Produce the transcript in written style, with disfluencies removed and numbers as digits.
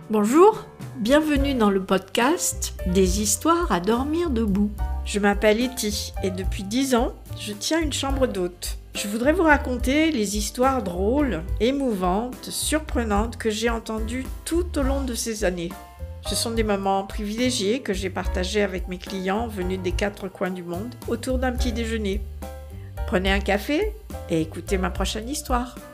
Bonjour, bienvenue dans le podcast des histoires à dormir debout. Je m'appelle Etty et depuis 10 ans, je tiens une chambre d'hôte. Je voudrais vous raconter les histoires drôles, émouvantes, surprenantes que j'ai entendues tout au long de ces années. Ce sont des moments privilégiés que j'ai partagés avec mes clients venus des 4 coins du monde autour d'un petit déjeuner. Prenez un café et écoutez ma prochaine histoire.